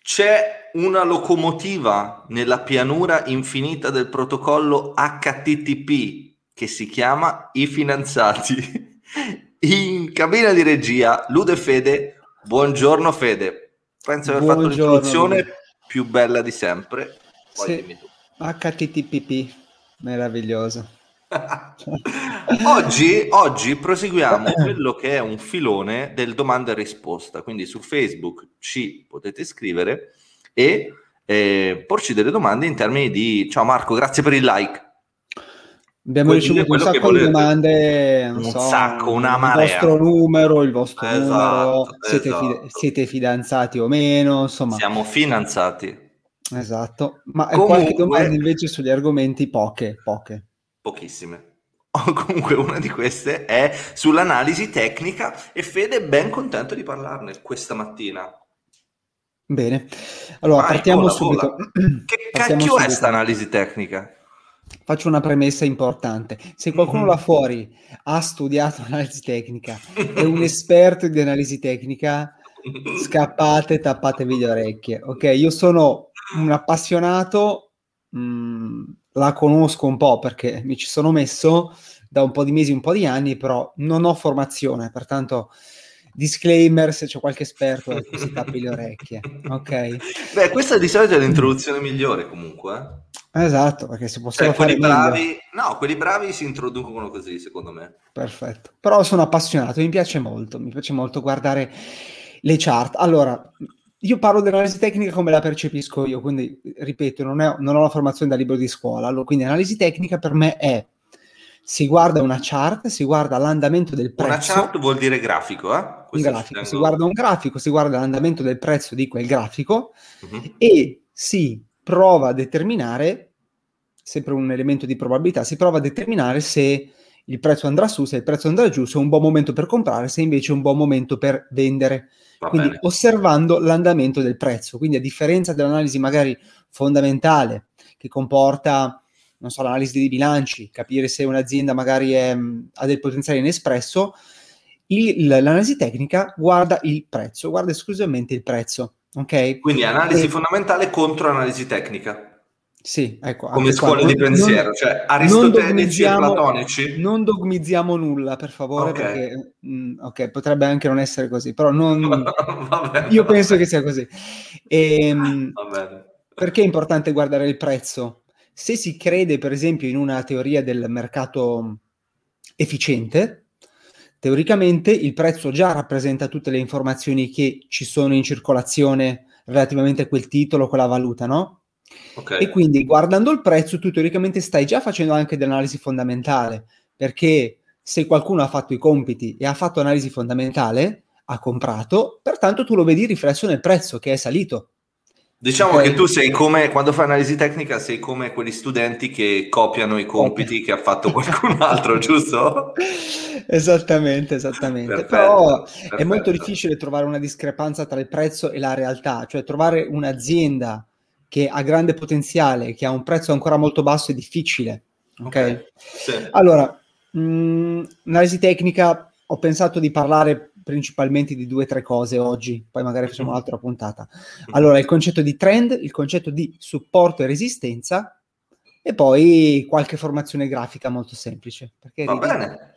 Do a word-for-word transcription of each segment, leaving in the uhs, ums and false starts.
C'è una locomotiva nella pianura infinita del protocollo H T T P che si chiama I Finanziati. In cabina di regia, Ludo e Fede. Buongiorno Fede. Penso di aver fatto Buongiorno, l'introduzione Ludo. più bella di sempre. Poi Sì, dimmi tu. H T T P P, meraviglioso. Oggi, oggi proseguiamo quello che è un filone del domanda e risposta, quindi su Facebook ci potete scrivere e eh, porci delle domande in termini di ciao Marco, grazie per il like. Abbiamo Puoi dire ricevuto un quello che sacco di volete. domande, non Un so, sacco, una il marea. vostro numero, il vostro Esatto, numero, siete, fide- esatto. siete fidanzati o meno, insomma, Siamo finanziati. esatto. Ma eh, qualche domanda Comunque, invece sugli argomenti, poche, poche. pochissime. Oh, comunque una di queste è sull'analisi tecnica e Fede è ben contento di parlarne questa mattina. Bene, allora Vai, partiamo vola, subito. vola. Che Partiamo cacchio è sta subito. analisi tecnica? Faccio una premessa importante. Se qualcuno là fuori ha studiato analisi tecnica, è un esperto di analisi tecnica, scappate, tappatevi le orecchie. Ok, io sono un appassionato, mh, la conosco un po' perché mi ci sono messo da un po' di mesi, un po' di anni, però non ho formazione, pertanto disclaimer, se c'è qualche esperto, ecco, si tappi le orecchie. Ok? Beh, questa di solito è l'introduzione migliore comunque. eh. Esatto, perché si può Cioè, solo fare quelli meglio. bravi, no, quelli bravi si introducono così, secondo me. Perfetto, però sono appassionato, mi piace molto, mi piace molto guardare le chart. Allora, io parlo dell'analisi tecnica come la percepisco io, quindi ripeto, non, è, non ho la formazione da libro di scuola, allora, quindi analisi tecnica per me è, si guarda una chart, si guarda l'andamento del prezzo. Una chart vuol dire grafico, eh? Un Questo ci grafico, tengo. si guarda un grafico, si guarda l'andamento del prezzo di quel grafico Mhm. e si prova a determinare, sempre un elemento di probabilità, si prova a determinare se il prezzo andrà su, se il prezzo andrà giù, se è un buon momento per comprare, se invece è un buon momento per vendere. Va Quindi bene. osservando l'andamento del prezzo. Quindi a differenza dell'analisi magari fondamentale che comporta, non so, l'analisi dei bilanci, capire se un'azienda magari è, ha del potenziale inespresso, il, l'analisi tecnica guarda il prezzo, guarda esclusivamente il prezzo. Ok? Quindi analisi E, fondamentale contro analisi tecnica. sì, ecco, Come anche qua. scuole di Non, non, pensiero, cioè non aristotelici e dogmizziamo, platonici? non dogmizziamo nulla, per favore, Ok. perché mh, ok, potrebbe anche non essere così, però non, Va bene, io va penso bene. che sia così. E, Va bene. perché è importante guardare il prezzo? Se si crede, per esempio, in una teoria del mercato efficiente, teoricamente il prezzo già rappresenta tutte le informazioni che ci sono in circolazione relativamente a quel titolo, quella valuta, no? Ok. E quindi guardando il prezzo tu teoricamente stai già facendo anche dell'analisi fondamentale, perché se qualcuno ha fatto i compiti e ha fatto analisi fondamentale, ha comprato, pertanto tu lo vedi riflesso nel prezzo che è salito. Diciamo Ok? che tu sei come, quando fai analisi tecnica, sei come quegli studenti che copiano i Copia. compiti che ha fatto qualcun altro, giusto? Esattamente, esattamente. Però Perfetto, è molto perfetto. difficile trovare una discrepanza tra il prezzo e la realtà, cioè trovare un'azienda che ha grande potenziale, che ha un prezzo ancora molto basso è difficile. Ok? Ok, sì. Allora, mh, analisi tecnica, ho pensato di parlare principalmente di due o tre cose oggi, poi magari facciamo un'altra puntata. Allora, il concetto di trend, il concetto di supporto e resistenza e poi qualche formazione grafica molto semplice. Perché Va ridi? bene.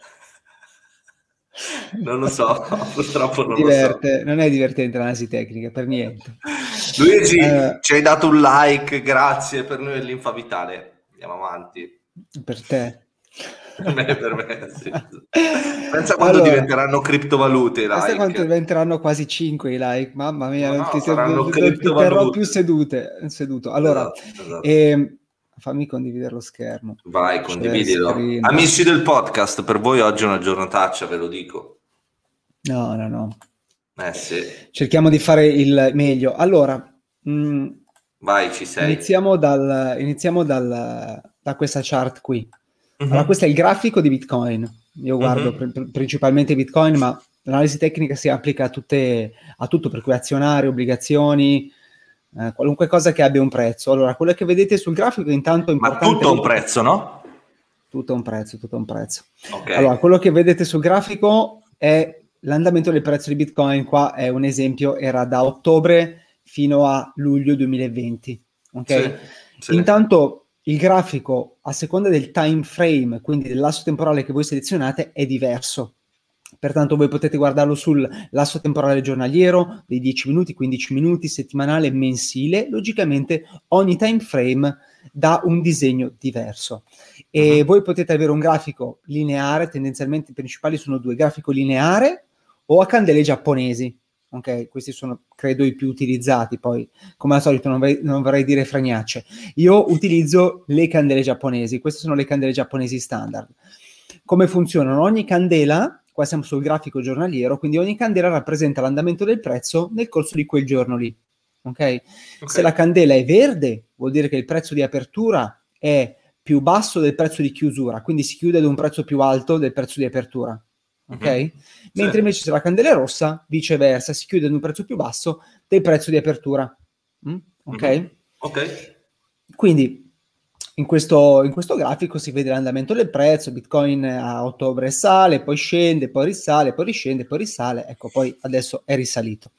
Non lo so, purtroppo Ti non lo so. diverte? Non è divertente l'analisi tecnica, per niente. Luigi, Eh, ci hai dato un like, grazie, per noi è linfa vitale. Andiamo avanti. per te. Per me, per me, sì. Pensa quando Allora, diventeranno criptovalute i pensa quanto like. diventeranno quasi cinque i like, mamma mia, No, non no, ti, ti- saranno ti- ti terrò più criptovalute. sedute, seduto. Allora, Esatto, esatto. ehm, fammi condividere lo schermo. Vai, Share condividilo. screen. Amici del podcast, per voi oggi è una giornataccia, ve lo dico. No, no, no. Eh sì, Cerchiamo di fare il meglio. Allora, mh, vai, ci sei. iniziamo, dal, iniziamo dal, da questa chart qui. Allora, Mhm, questo è il grafico di Bitcoin. Io guardo mhm. pr- principalmente Bitcoin, ma l'analisi tecnica si applica a, tutte, a tutto, per cui azionari, obbligazioni, eh, qualunque cosa che abbia un prezzo. Allora, quello che vedete sul grafico intanto è Ma importante. tutto ha un prezzo, no? Tutto a un prezzo, tutto a un prezzo. Ok. Allora, quello che vedete sul grafico è l'andamento del prezzo di Bitcoin. Qua è un esempio, era da ottobre fino a luglio duemilaventi. Ok? Sì, sì. Intanto il grafico, a seconda del time frame, quindi del lasso temporale che voi selezionate, è diverso. Pertanto voi potete guardarlo sul lasso temporale giornaliero, dei dieci minuti, quindici minuti, settimanale, mensile. Logicamente ogni time frame dà un disegno diverso. E Mhm. voi potete avere un grafico lineare, tendenzialmente i principali sono due, grafico lineare o a candele giapponesi. Ok, questi sono credo i più utilizzati, poi come al solito non, vorrei, non vorrei dire fregnacce. Io utilizzo le candele giapponesi, queste sono le candele giapponesi standard. Come funzionano? Ogni candela, qua siamo sul grafico giornaliero, quindi ogni candela rappresenta l'andamento del prezzo nel corso di quel giorno lì. Okay? Ok. Se la candela è verde, vuol dire che il prezzo di apertura è più basso del prezzo di chiusura, quindi si chiude ad un prezzo più alto del prezzo di apertura. Ok? Mhm. Mentre Sì. invece se la candela è rossa, viceversa, si chiude ad un prezzo più basso del prezzo di apertura. Mm? Ok? Mhm. Ok. Quindi in questo, in questo grafico si vede l'andamento del prezzo, Bitcoin a ottobre sale, poi scende, poi risale, poi riscende, poi risale, ecco, poi adesso è risalito.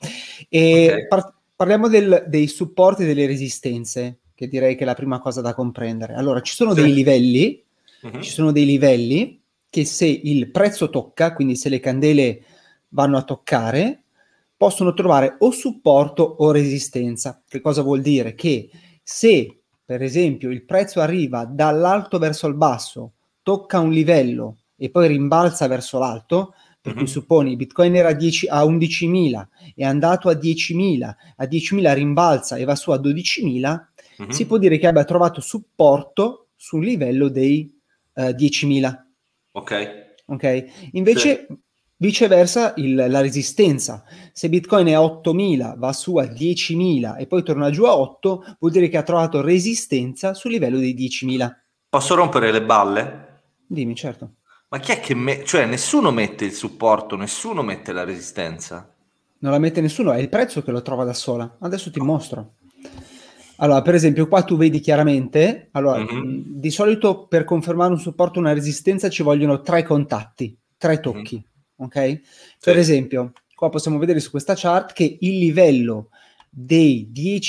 E Ok. par- parliamo del- dei supporti e delle resistenze, che direi che è la prima cosa da comprendere. Allora, ci sono Sì. dei livelli, ci Mhm. sono dei livelli che se il prezzo tocca, quindi se le candele vanno a toccare, possono trovare o supporto o resistenza. Che cosa vuol dire? Che se per esempio il prezzo arriva dall'alto verso il basso, tocca un livello e poi rimbalza verso l'alto, per cui Mhm. supponi Bitcoin era a, dieci, a undicimila, è andato a diecimila, a diecimila rimbalza e va su a dodicimila, si può Mhm. dire che abbia trovato supporto sul livello dei eh, diecimila. Ok. Ok? Sì. Invece, viceversa, il- la resistenza. Se Bitcoin è a ottomila, va su a diecimila e poi torna giù a otto, vuol dire che ha trovato resistenza sul livello dei diecimila. Posso rompere le balle? Dimmi, certo. Ma chi è che mette, cioè nessuno mette il supporto, nessuno mette la resistenza. Non la mette nessuno, è il prezzo che lo trova da sola. Adesso ti mostro. Allora, per esempio, qua tu vedi chiaramente, allora, mh, Mhm. di solito per confermare un supporto o una resistenza ci vogliono tre contatti, tre Mhm. tocchi, ok? Sì. Per esempio, qua possiamo vedere su questa chart che il livello dei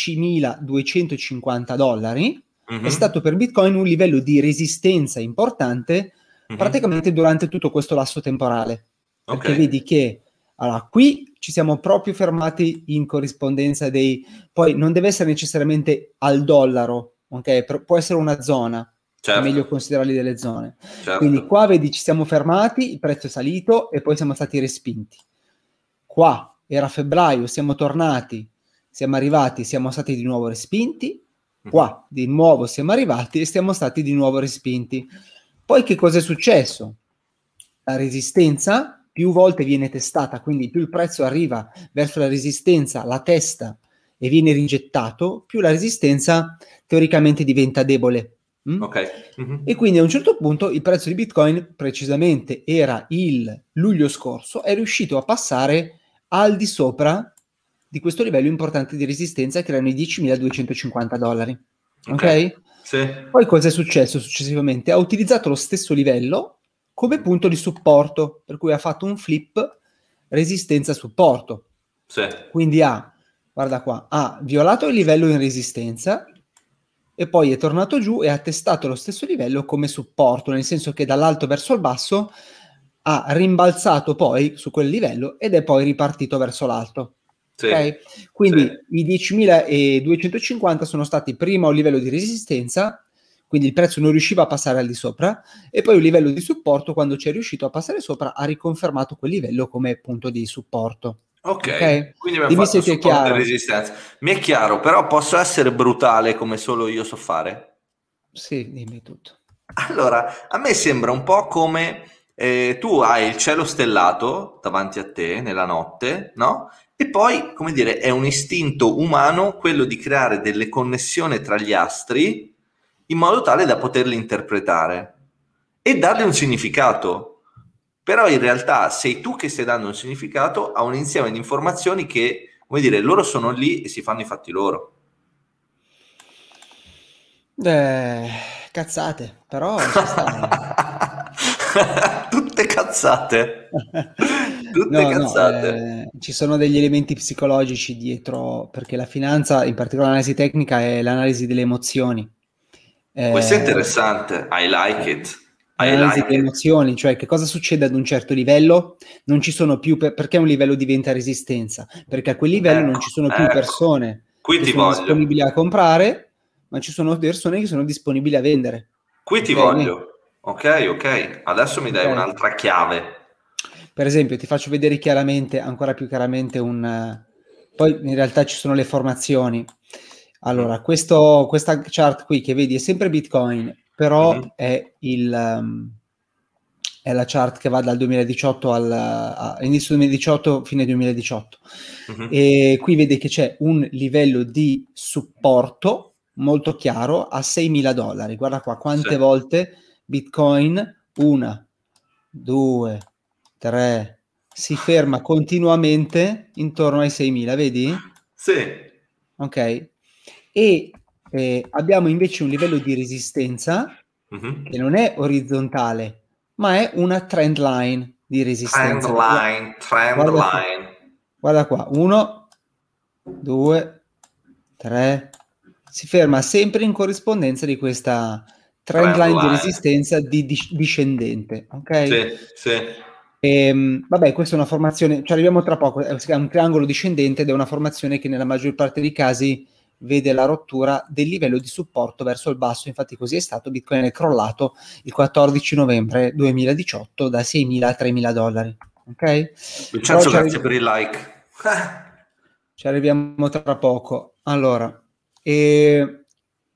diecimiladuecentocinquanta dollari è Mhm. stato per Bitcoin un livello di resistenza importante Mhm. praticamente durante tutto questo lasso temporale, Ok. perché vedi che allora, qui ci siamo proprio fermati in corrispondenza dei... Poi non deve essere necessariamente al dollaro, ok? Però può essere una zona, è meglio Certo, considerarli delle zone. Quindi certo. qua vedi ci siamo fermati, il prezzo è salito e poi siamo stati respinti. Qua era febbraio, siamo tornati, siamo arrivati, siamo stati di nuovo respinti. Mhm. Qua di nuovo siamo arrivati e siamo stati di nuovo respinti. Poi che cosa è successo? La resistenza più volte viene testata, quindi più il prezzo arriva verso la resistenza, la testa e viene rigettato, più la resistenza teoricamente diventa debole. Mm? Ok. E Mhm. quindi a un certo punto il prezzo di Bitcoin, precisamente era il luglio scorso, è riuscito a passare al di sopra di questo livello importante di resistenza che erano i diecimiladuecentocinquanta dollari. Ok. Ok? Sì. Poi cosa è successo successivamente? Ha utilizzato lo stesso livello come Mhm. punto di supporto, per cui ha fatto un flip resistenza-supporto. Sì. Quindi ha, guarda qua, ha violato il livello in resistenza e poi è tornato giù e ha testato lo stesso livello come supporto, nel senso che dall'alto verso il basso ha rimbalzato poi su quel livello ed è poi ripartito verso l'alto. Sì. Ok? Sì. Quindi i diecimiladuecentocinquanta sono stati prima un livello di resistenza, quindi il prezzo non riusciva a passare al di sopra, e poi un livello di supporto, quando ci è riuscito a passare sopra, ha riconfermato quel livello come punto di supporto. Ok, Ok? quindi abbiamo Dimmi fatto se ti è supporto e chiaro. resistenza. Mi è chiaro, però posso essere brutale come solo io so fare? Sì, dimmi tutto. Allora, a me sembra un po' come eh, tu hai il cielo stellato davanti a te nella notte, no? E poi, come dire, è un istinto umano quello di creare delle connessioni tra gli astri in modo tale da poterli interpretare e dargli un significato. Però in realtà sei tu che stai dando un significato a un insieme di informazioni che, come dire, loro sono lì e si fanno i fatti loro. Eh, cazzate, però ci sta. Tutte cazzate. Tutte No, no, cazzate. eh, ci sono degli elementi psicologici dietro, perché la finanza, in particolare l'analisi tecnica, è l'analisi delle emozioni. Questo è Eh, interessante. I like eh, it. è I l'analisi like delle it. emozioni, cioè che cosa succede ad un certo livello, non ci sono più, per- perché un livello diventa resistenza? Perché a quel livello non Ecco, ci sono più ecco. persone Qui che ti sono voglio. disponibili a comprare, ma ci sono persone che sono disponibili a vendere. Qui ti Ok? voglio. Ok, ok. Adesso mi dai Ok? un'altra chiave. Per esempio, ti faccio vedere chiaramente, ancora più chiaramente, un... eh, poi in realtà ci sono le formazioni. Mhm, Allora, questo, questa chart qui che vedi è sempre Bitcoin, però mhm, è, il, um, è la chart che va dal duemiladiciotto al a, inizio duemiladiciotto, fine duemiladiciotto. mhm. E qui vedi che c'è un livello di supporto molto chiaro a seimila dollari. Guarda qua Sì. quante volte Bitcoin, una, due, tre, si ferma continuamente intorno ai seimila, vedi? Sì. Ok? E eh, abbiamo invece un livello di resistenza che Mhm. non è orizzontale, ma è una trend line di Trend resistenza. Gu- line, trend Guarda qua, line. guarda qua, uno, due, tre, si ferma sempre in corrispondenza di questa trend Trend line di line. resistenza di dis- discendente, ok? Sì, sì. Ehm, vabbè, questa è una formazione, ci arriviamo tra poco, eh, si chiama un triangolo discendente ed è una formazione che nella maggior parte dei casi vede la rottura del livello di supporto verso il basso, infatti così è stato, Bitcoin è crollato il quattordici novembre duemiladiciotto da seimila a tremila dollari, ok? Però Vincenzo, ci, grazie arri- per il like. ci arriviamo tra poco. Allora, e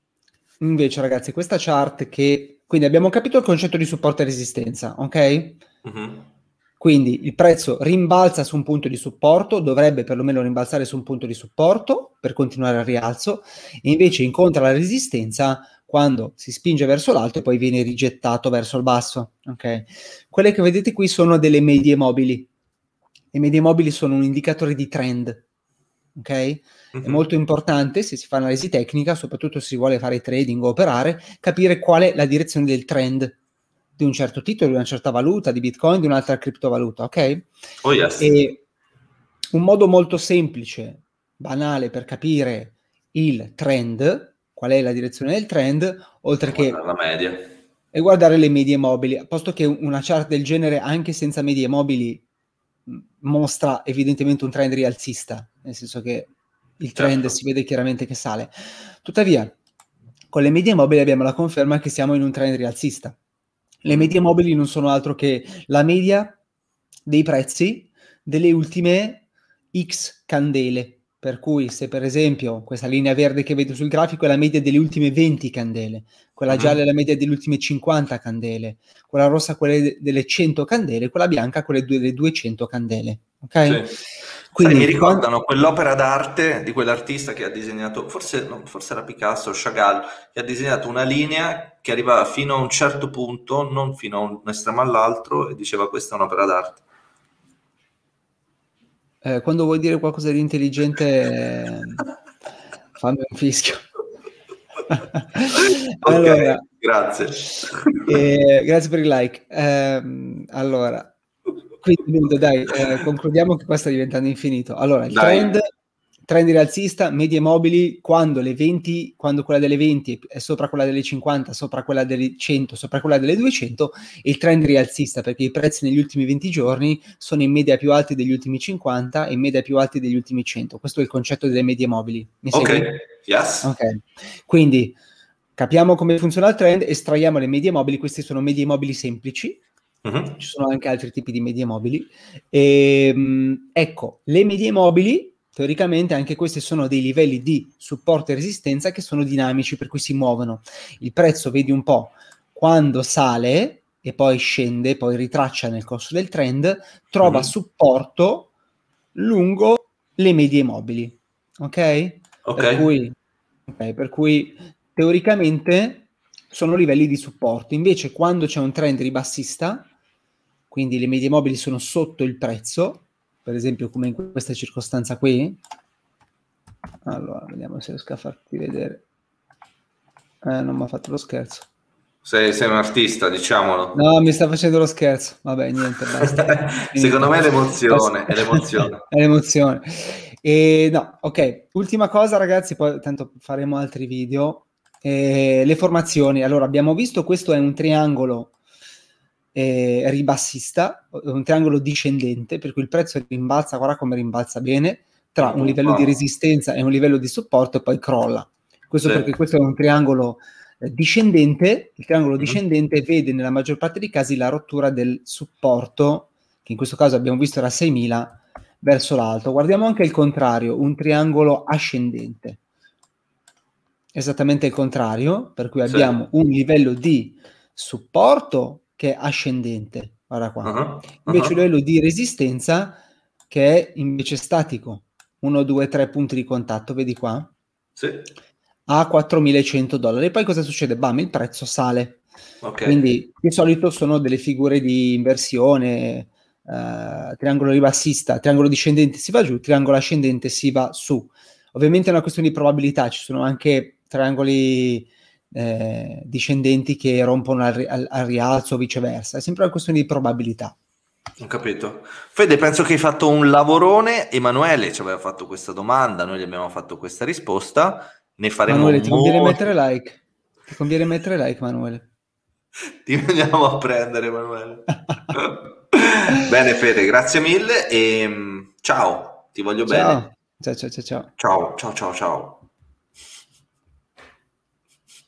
invece ragazzi, questa chart che, quindi abbiamo capito il concetto di supporto e resistenza, ok? Mhm. Quindi il prezzo rimbalza su un punto di supporto, dovrebbe perlomeno rimbalzare su un punto di supporto per continuare al rialzo, e invece incontra la resistenza quando si spinge verso l'alto e poi viene rigettato verso il basso. Okay? Quelle che vedete qui sono delle medie mobili. Le medie mobili sono un indicatore di trend. Okay? È molto Mhm. importante, se si fa analisi tecnica, soprattutto se si vuole fare trading o operare, capire qual è la direzione del trend di un certo titolo, di una certa valuta, di Bitcoin, di un'altra criptovaluta, ok? Oh yes. E un modo molto semplice, banale per capire il trend, qual è la direzione del trend, oltre Guarda che la media. e guardare le medie mobili, posto che una chart del genere, anche senza medie mobili, mh, mostra evidentemente un trend rialzista, nel senso che il trend Certo. si vede chiaramente che sale. Tuttavia, con le medie mobili abbiamo la conferma che siamo in un trend rialzista. Le medie Mhm. mobili non sono altro che la media dei prezzi delle ultime X candele. Per cui se per esempio questa linea verde che vedo sul grafico è la media delle ultime venti candele, quella gialla è Mhm. la media delle ultime cinquanta candele, quella rossa quelle delle cento candele, quella bianca quelle delle duecento candele. Ok? Sì. Sai, mi Quindi quando... ricordano quell'opera d'arte di quell'artista che ha disegnato, forse, no, forse era Picasso o Chagall, che ha disegnato una linea che arrivava fino a un certo punto, non fino a un estremo all'altro, e diceva questa è un'opera d'arte. eh, quando vuoi dire qualcosa di intelligente, eh, fammi un fischio. Ok, Allora, grazie. eh, grazie per il like. Ehm, allora, quindi Ludo, dai, eh, concludiamo che qua sta diventando infinito. Allora, il Dai. trend, trend rialzista, medie mobili, quando le venti, quando quella delle venti è sopra quella delle cinquanta, sopra quella delle cento, sopra quella delle duecento, il trend rialzista, perché i prezzi negli ultimi venti giorni sono in media più alti degli ultimi cinquanta e in media più alti degli ultimi cento. Questo è il concetto delle medie mobili. Mi Ok, segui? yes. Ok. Quindi capiamo come funziona il trend, estraiamo le medie mobili, queste sono medie mobili semplici, Mhm. ci sono anche altri tipi di medie mobili. E, mh, ecco, le medie mobili, teoricamente anche questi sono dei livelli di supporto e resistenza che sono dinamici, per cui si muovono. Il prezzo, vedi un po', quando sale e poi scende, poi ritraccia nel corso del trend, trova Mhm. supporto lungo le medie mobili. Ok? Ok, Per cui, ok, per cui teoricamente sono livelli di supporto. Invece, quando c'è un trend ribassista, quindi le medie mobili sono sotto il prezzo, per esempio come in questa circostanza qui. Allora, vediamo se riesco a farti vedere. Eh, non mi ha fatto lo scherzo. Sei, sei un artista, diciamolo. No, mi sta facendo lo scherzo. Vabbè, niente, basta. Secondo me è l'emozione, è l'emozione. È l'emozione. E no, ok. Ultima cosa, ragazzi, poi tanto faremo altri video. Eh, le formazioni. Allora, abbiamo visto questo è un triangolo eh, ribassista, un triangolo discendente, per cui il prezzo rimbalza, guarda come rimbalza bene, tra un livello di resistenza e un livello di supporto e poi crolla. Questo Sì. perché questo è un triangolo discendente. Il triangolo mm-hmm. discendente vede nella maggior parte dei casi la rottura del supporto, che in questo caso abbiamo visto era seimila, verso l'alto. Guardiamo anche il contrario, un triangolo ascendente, esattamente il contrario, per cui abbiamo sì. un livello di supporto che è ascendente, guarda qua, uh-huh. invece uh-huh. un livello di resistenza che è invece statico, uno, due, tre punti di contatto, vedi qua? Sì. A quattromilacento dollari. E poi cosa succede? Bam, il prezzo sale. Okay. Quindi di solito sono delle figure di inversione, eh, triangolo ribassista, triangolo discendente si va giù, triangolo ascendente si va su. Ovviamente è una questione di probabilità, ci sono anche triangoli eh, discendenti che rompono al, al, al rialzo o viceversa, è sempre una questione di probabilità. Ho capito. Fede, penso che hai fatto un lavorone. Emanuele ci aveva fatto questa domanda, noi gli abbiamo fatto questa risposta. Ne faremo Manuele, ti conviene molti... mettere like. Ti conviene mettere like, Manuele. Ti veniamo a prendere, Emanuele. Bene, Fede, grazie mille e ciao, ti voglio ciao. bene. Ciao, ciao, ciao, ciao. Ciao, ciao, ciao, ciao.